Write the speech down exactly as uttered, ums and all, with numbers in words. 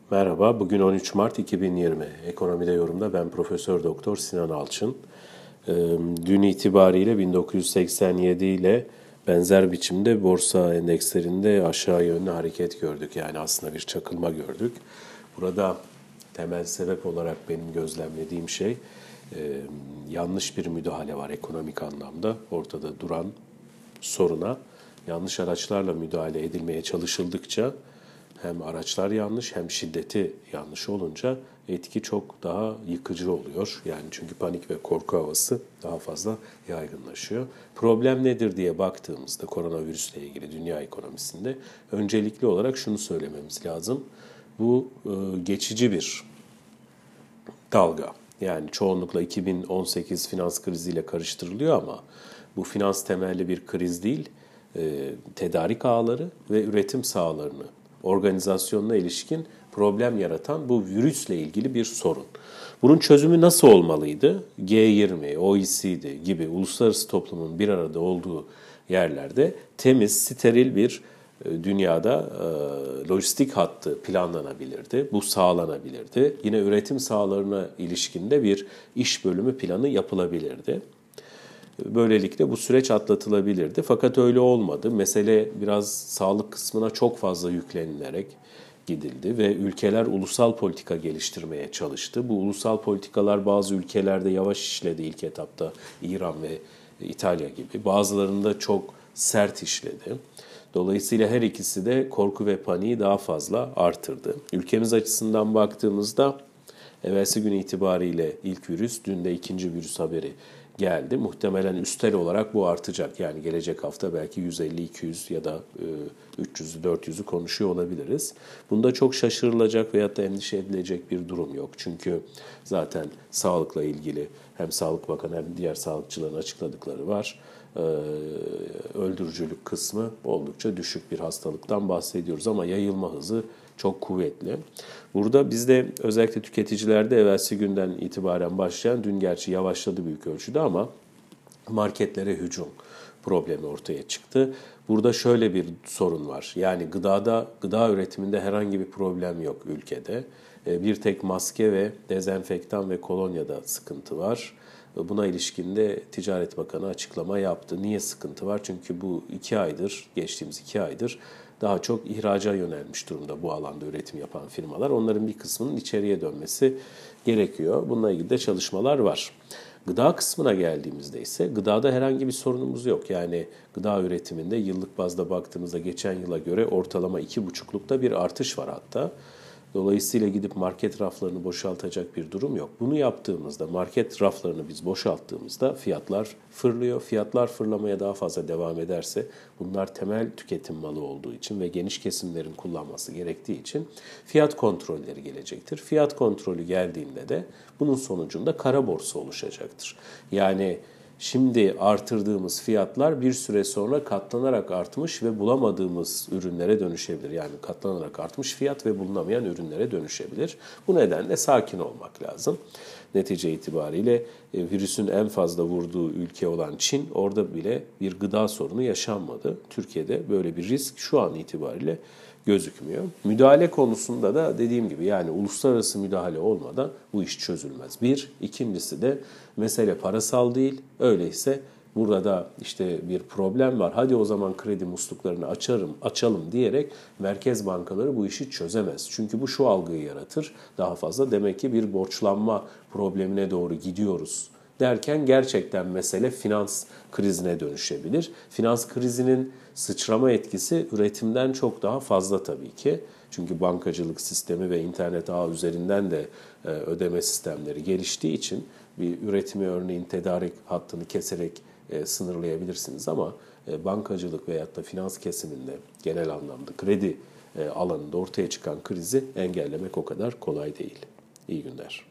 Merhaba, bugün on üç Mart iki bin yirmi. Ekonomide yorumda ben Profesör Doktor Sinan Alçın. Ee, Dün itibariyle bin dokuz yüz seksen yedi ile benzer biçimde borsa endekslerinde aşağı yönlü hareket gördük. Yani aslında bir çakılma gördük. Burada temel sebep olarak benim gözlemlediğim şey e, yanlış bir müdahale var ekonomik anlamda. Ortada duran soruna yanlış araçlarla müdahale edilmeye çalışıldıkça hem araçlar yanlış hem şiddeti yanlış olunca etki çok daha yıkıcı oluyor. Yani çünkü panik ve korku havası daha fazla yaygınlaşıyor. Problem nedir diye baktığımızda koronavirüsle ilgili dünya ekonomisinde öncelikli olarak şunu söylememiz lazım. Bu e, geçici bir dalga. Yani çoğunlukla iki bin on sekiz finans kriziyle karıştırılıyor ama bu finans temelli bir kriz değil, e, tedarik ağları ve üretim sahalarını organizasyonuna ilişkin problem yaratan bu virüsle ilgili bir sorun. Bunun çözümü nasıl olmalıydı? G yirmi, O E C D gibi uluslararası toplumun bir arada olduğu yerlerde temiz, steril bir dünyada e, lojistik hattı planlanabilirdi. Bu sağlanabilirdi. Yine üretim sahalarına ilişkinde bir iş bölümü planı yapılabilirdi. Böylelikle bu süreç atlatılabilirdi. Fakat öyle olmadı. Mesele biraz sağlık kısmına çok fazla yüklenilerek gidildi ve ülkeler ulusal politika geliştirmeye çalıştı. Bu ulusal politikalar bazı ülkelerde yavaş işledi ilk etapta, İran ve İtalya gibi. Bazılarında çok sert işledi. Dolayısıyla her ikisi de korku ve paniği daha fazla artırdı. Ülkemiz açısından baktığımızda evvelsi gün itibariyle ilk virüs, dün de ikinci virüs haberi geldi. Muhtemelen üstel olarak bu artacak. Yani gelecek hafta belki yüz elli iki yüz ya da üç yüzü dört yüzü konuşuyor olabiliriz. Bunda çok şaşırılacak veyahut da endişe edilecek bir durum yok. Çünkü zaten sağlıkla ilgili hem Sağlık Bakanı hem diğer sağlıkçıların açıkladıkları var. Öldürücülük kısmı oldukça düşük bir hastalıktan bahsediyoruz ama yayılma hızı çok kuvvetli. Burada bizde özellikle tüketicilerde evvelsi günden itibaren başlayan, dün gerçi yavaşladı büyük ölçüde ama marketlere hücum problemi ortaya çıktı. Burada şöyle bir sorun var. Yani gıdada, gıda üretiminde herhangi bir problem yok ülkede. Bir tek maske ve dezenfektan ve kolonyada sıkıntı var. Buna ilişkin de Ticaret Bakanı açıklama yaptı. Niye sıkıntı var? Çünkü bu iki aydır, geçtiğimiz iki aydır daha çok ihraca yönelmiş durumda bu alanda üretim yapan firmalar. Onların bir kısmının içeriye dönmesi gerekiyor. Bununla ilgili de çalışmalar var. Gıda kısmına geldiğimizde ise gıdada herhangi bir sorunumuz yok. Yani gıda üretiminde yıllık bazda baktığımızda geçen yıla göre ortalama iki buçuklukta bir artış var hatta. Dolayısıyla gidip market raflarını boşaltacak bir durum yok. Bunu yaptığımızda, market raflarını biz boşalttığımızda fiyatlar fırlıyor. Fiyatlar fırlamaya daha fazla devam ederse bunlar temel tüketim malı olduğu için ve geniş kesimlerin kullanması gerektiği için fiyat kontrolleri gelecektir. Fiyat kontrolü geldiğinde de bunun sonucunda kara borsa oluşacaktır. Yani şimdi artırdığımız fiyatlar bir süre sonra katlanarak artmış ve bulamadığımız ürünlere dönüşebilir. Yani katlanarak artmış fiyat ve bulunamayan ürünlere dönüşebilir. Bu nedenle sakin olmak lazım. Netice itibariyle e, virüsün en fazla vurduğu ülke olan Çin, orada bile bir gıda sorunu yaşanmadı. Türkiye'de böyle bir risk şu an itibariyle gözükmüyor. Müdahale konusunda da dediğim gibi yani uluslararası müdahale olmadan bu iş çözülmez. Bir, ikincisi de mesele parasal değil. Öyleyse burada işte bir problem var. Hadi o zaman kredi musluklarını açarım, açalım diyerek merkez bankaları bu işi çözemez. Çünkü bu şu algıyı yaratır. Daha fazla demek ki bir borçlanma problemine doğru gidiyoruz derken gerçekten mesele finans krizine dönüşebilir. Finans krizinin sıçrama etkisi üretimden çok daha fazla tabii ki. Çünkü bankacılık sistemi ve internet ağı üzerinden de ödeme sistemleri geliştiği için bir üretimi örneğin tedarik hattını keserek sınırlayabilirsiniz ama bankacılık veyahut da finans kesiminde genel anlamda kredi alanında ortaya çıkan krizi engellemek o kadar kolay değil. İyi günler.